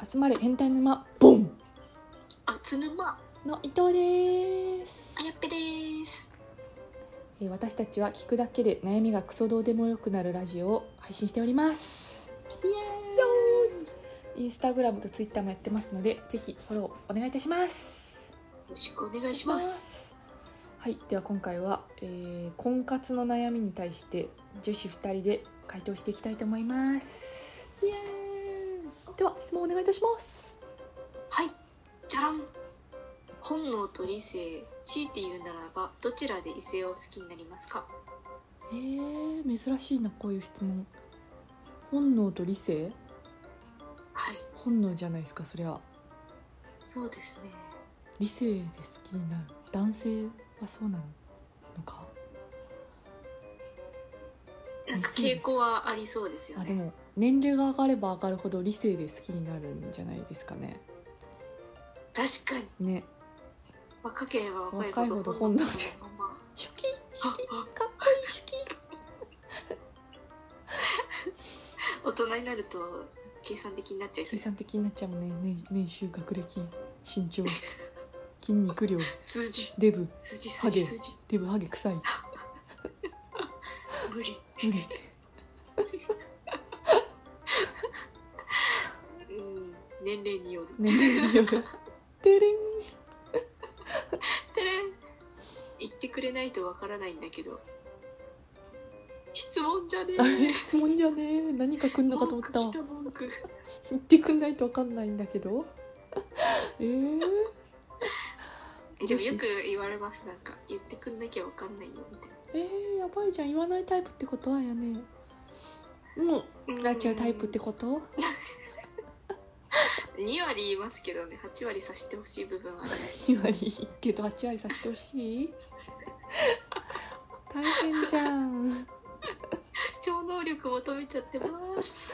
集まれ変態沼ボンあつぬまの伊藤です。 あやっぺです。 私たちは聞くだけで悩みがクソどうでもよくなるラジオを配信しております。 イエーイ。 インスタグラムとツイッターもやってますので、ぜひフォローお願いいたします。 よろしくお願いします。 はい、では今回は、婚活の悩みに対して女子2人で回答していきたいと思います。 イエーイ。 では質問お願いいたします。 はい、じゃらん。本能と理性、強いて言うならばどちらで異性を好きになりますか？ 珍しいな、こういう質問。本能と理性？ はい、 本能じゃないですか、そりゃ。 そうですね。 理性で好きになる。男性はそうなのか。 なんか傾向はありそうですよね。 でも年齢が上がれば上がるほど理性で好きになるんじゃないですかね。 確かにね。 若ければ若いほど本能でシュキシュキかっこいいシュキ大人になると計算的になっちゃいそう。 計算的になっちゃうもんね。年収、学歴、身長、筋肉量、 数字、 デブ、ハゲ、 数字、 デブハゲ臭い無理年齢によるてれん言ってくれないとわからないんだけど、質問じゃねえ質問じゃねえ、何か来んのかと思ったわ。 文句言ってくんないとわかんないんだけどでもよく言われます。なんか言ってくんなきゃわかんないよみたいな。 やばいじゃん。言わないタイプってことはやね。もうなっちゃうタイプってこと 2割言いますけどね、8割させてほしい部分はある。 2割けど8割させてほしい大変じゃん。 超能力求めちゃってます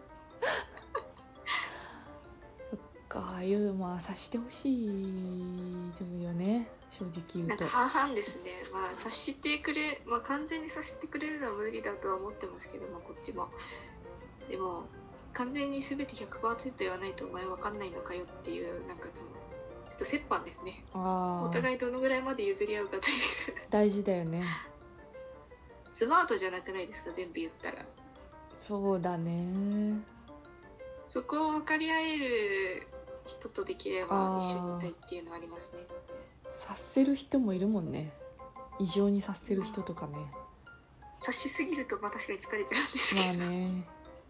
そっか、察してほしいよね、正直言うと。 なんか半々ですね。察してくれ、完全に察してくれるのは無理だとは思ってますけど、こっちも。でも完全に全て 100% 言わないとお前わかんないのかよっていう、なんかちょっと折半ですね。お互いどのぐらいまで譲り合うかという大事だよね。 スマートじゃなくないですか、全部言ったら。 そうだね。 そこを分かり合える人とできれば一緒にいたいっていうのはありますね。 察せる人もいるもんね。異常に察せる人とかね。 察しすぎると確かに疲れちゃうんですけど。 ね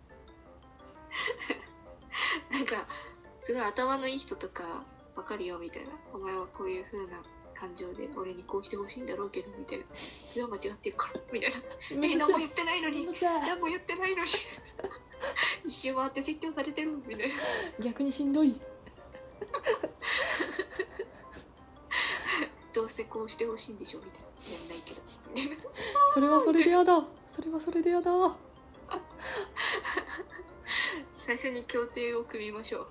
なんかすごい頭のいい人とか分かるよみたいな、お前はこういう風な感情で俺にこうしてほしいんだろうけどみたいな、それは間違ってるからみたいな何も言ってないのに一周回って説教されてるみたいな逆にしんどいどうせこうしてほしいんでしょみたいな、やんないけどそれはそれでやだ最初に協定を組みましょう。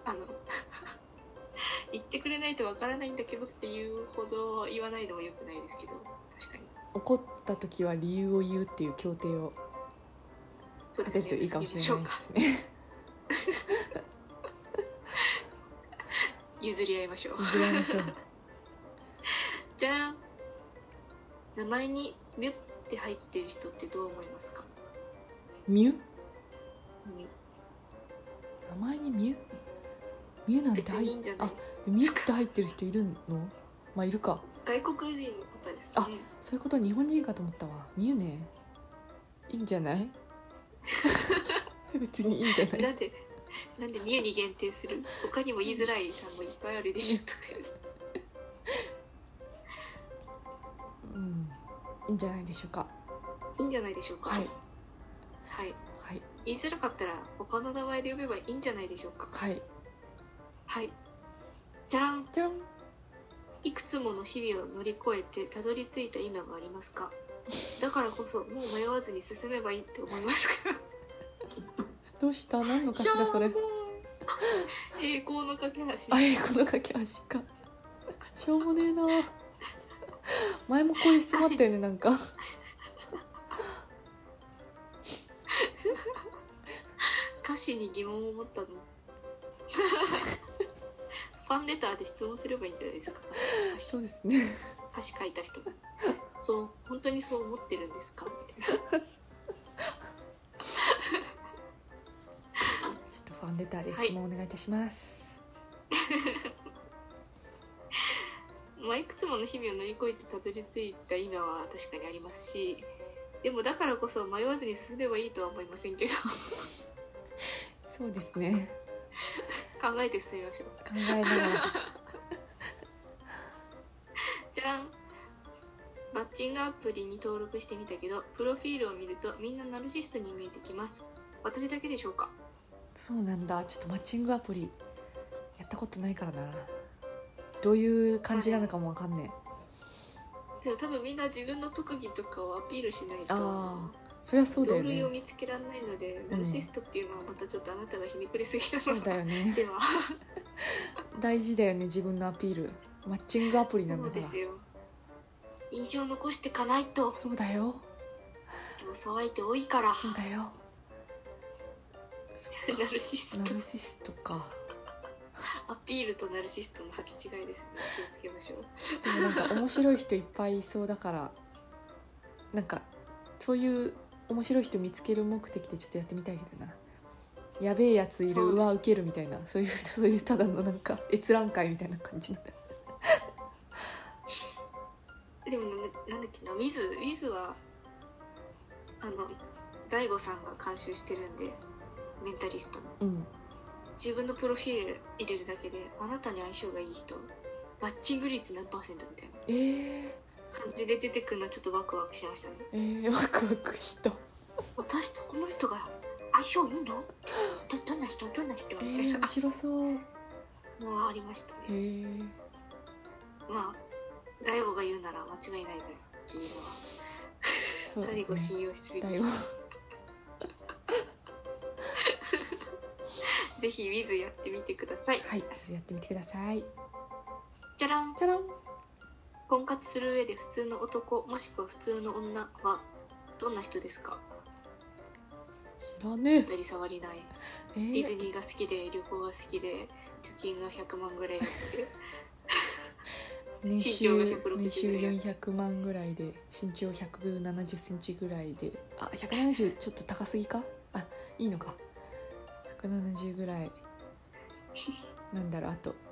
言ってくれないとわからないんだけどっていうほど言わないのも良くないですけど、確かに怒った時は理由を言うっていう協定を立てるといいかもしれないですね。 譲り合いましょうじゃらん。名前にミュって入ってる人ってどう思いますか？ ミュ？名前にミュなんて別にいいんじゃない？ ミュって入ってる人いるの？いるか。 外国人の方ですね。 そういうこと。日本人かと思ったわ。ミュね、いいんじゃない別にいいんじゃない。 なんでミュに限定する？他にも言いづらい単語いっぱいあるでしょいいんじゃないでしょうか。 いいんじゃないでしょうか。 はい、 言いづらかったら他の名前で呼べばいいんじゃないでしょうか。はい、じゃらん。いくつもの日々を乗り越えてたどり着いた今がありますか？だからこそもう迷わずに進めばいいって思いますか？ どうした？何のかしらそれ。 栄光の架け橋。 栄光の架け橋か。しょうもねえな。前もこういう質問あったよね、なんか歌詞に疑問を持ったの。 ファンレターで質問すればいいんじゃないですか。 そうですね。 歌詞書いた人がそう本当にそう思ってるんですかみたいな。 ちょっとファンレターで質問お願いいたします。 まあいくつもの日々を乗り越えてたどり着いた今は確かにありますし、でもだからこそ迷わずに進めばいいとは思いませんけどそうですね。 考えて進みましょう。 考えながら。 じゃらん。マッチングアプリに登録してみたけど、プロフィールを見るとみんなナルシストに見えてきます。私だけでしょうか？ そうなんだ。ちょっとマッチングアプリやったことないからな。どういう感じなのかもわかんねえ。 でも多分みんな自分の特技とかをアピールしないと、 ああ、そりゃそうだよ同類をね。 見つけられないので、ナルシストっていうのはまたちょっとあなたがひねくれすぎなそうのだよね。 では。 大事だよね、自分のアピール。マッチングアプリなんだから。 そうですよ。印象残してかないと。 そうだよ。 競争相手多いから。 そうだよ。 ナルシスト。 ナルシストか。 アピールとナルシストの履き違いですね。気をつけましょう。 でもなんか面白い人いっぱいいそうだから、なんかそういう面白い人見つける目的でちょっとやってみたいけどな。やべえやついる、うわ受けるみたいな、そういうただのなんか閲覧会みたいな感じの。 でもなんだっけな、ウィズは大悟さんが監修してるんで、メンタリストの。 うん。 自分のプロフィール入れるだけで、あなたに相性がいい人、マッチング率何%みたいな感じで出てくるのはちょっとワクワクしましたね。 ワクワクした。 私とこの人が相性いいの？どんな人面白そうのはありましたね。まあ大悟が言うなら間違いないだろうっていうのはそう、 大悟信用しすぎて、 大悟ぜひ Wiz やってみてください。 はい、やってみてください。 じゃらん。 じゃらん。 婚活する上で普通の男もしくは普通の女はどんな人ですか？ 知らねえ。 当たり障りない。ディズニーが好きで旅行が好きで貯金が100万ぐらいあって年身長が収 160ぐらい 400万ぐらいで身長170センチぐらいで、あ、170ちょっと高すぎか？あ、いいのか。170ぐらい。なんだろう、あと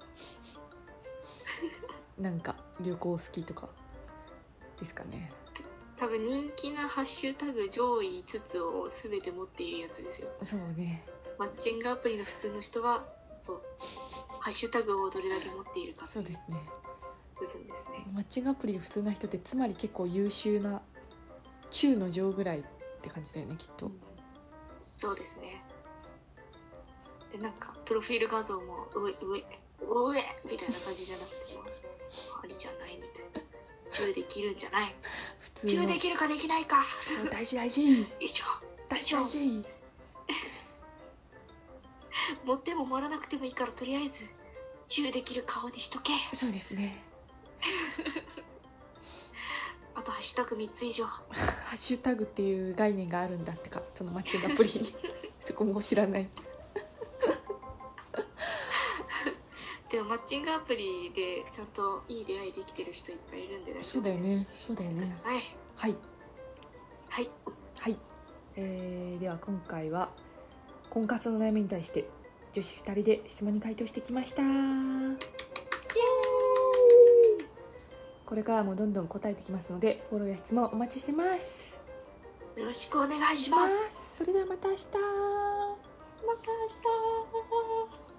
なんか旅行好きとかですかね。 多分人気なハッシュタグ上位5つを全て持っているやつですよ。 そうね。 マッチングアプリの普通の人はそうハッシュタグをどれだけ持っているか。 そうですね。 部分ですね。 マッチングアプリが普通な人ってつまり結構優秀な中の上ぐらいって感じだよね、きっと。 そうですね。でなんかプロフィール画像も上みたいな感じじゃなくてもありじゃないみたいな。中できるんじゃない。 普通の中できるかできないか。 そう、大事大事以上。 大事大事。 持っても盛らなくてもいいからとりあえず中できる顔にしとけ。 そうですね。 あとハッシュタグ3つ以上。 ハッシュタグっていう概念があるんだってか、そのマッチングアプリにそこも知らない。 でもマッチングアプリでちゃんといい出会いできてる人いっぱいいるんで大丈夫です。 そうだよね、そうだよね。はいはいはい、では今回は婚活の悩みに対して女子2人で質問に回答してきました。イエーイ。これからもどんどん答えてきますのでフォローや質問お待ちしてます。 よろしくお願いします。 それではまた明日。 また明日。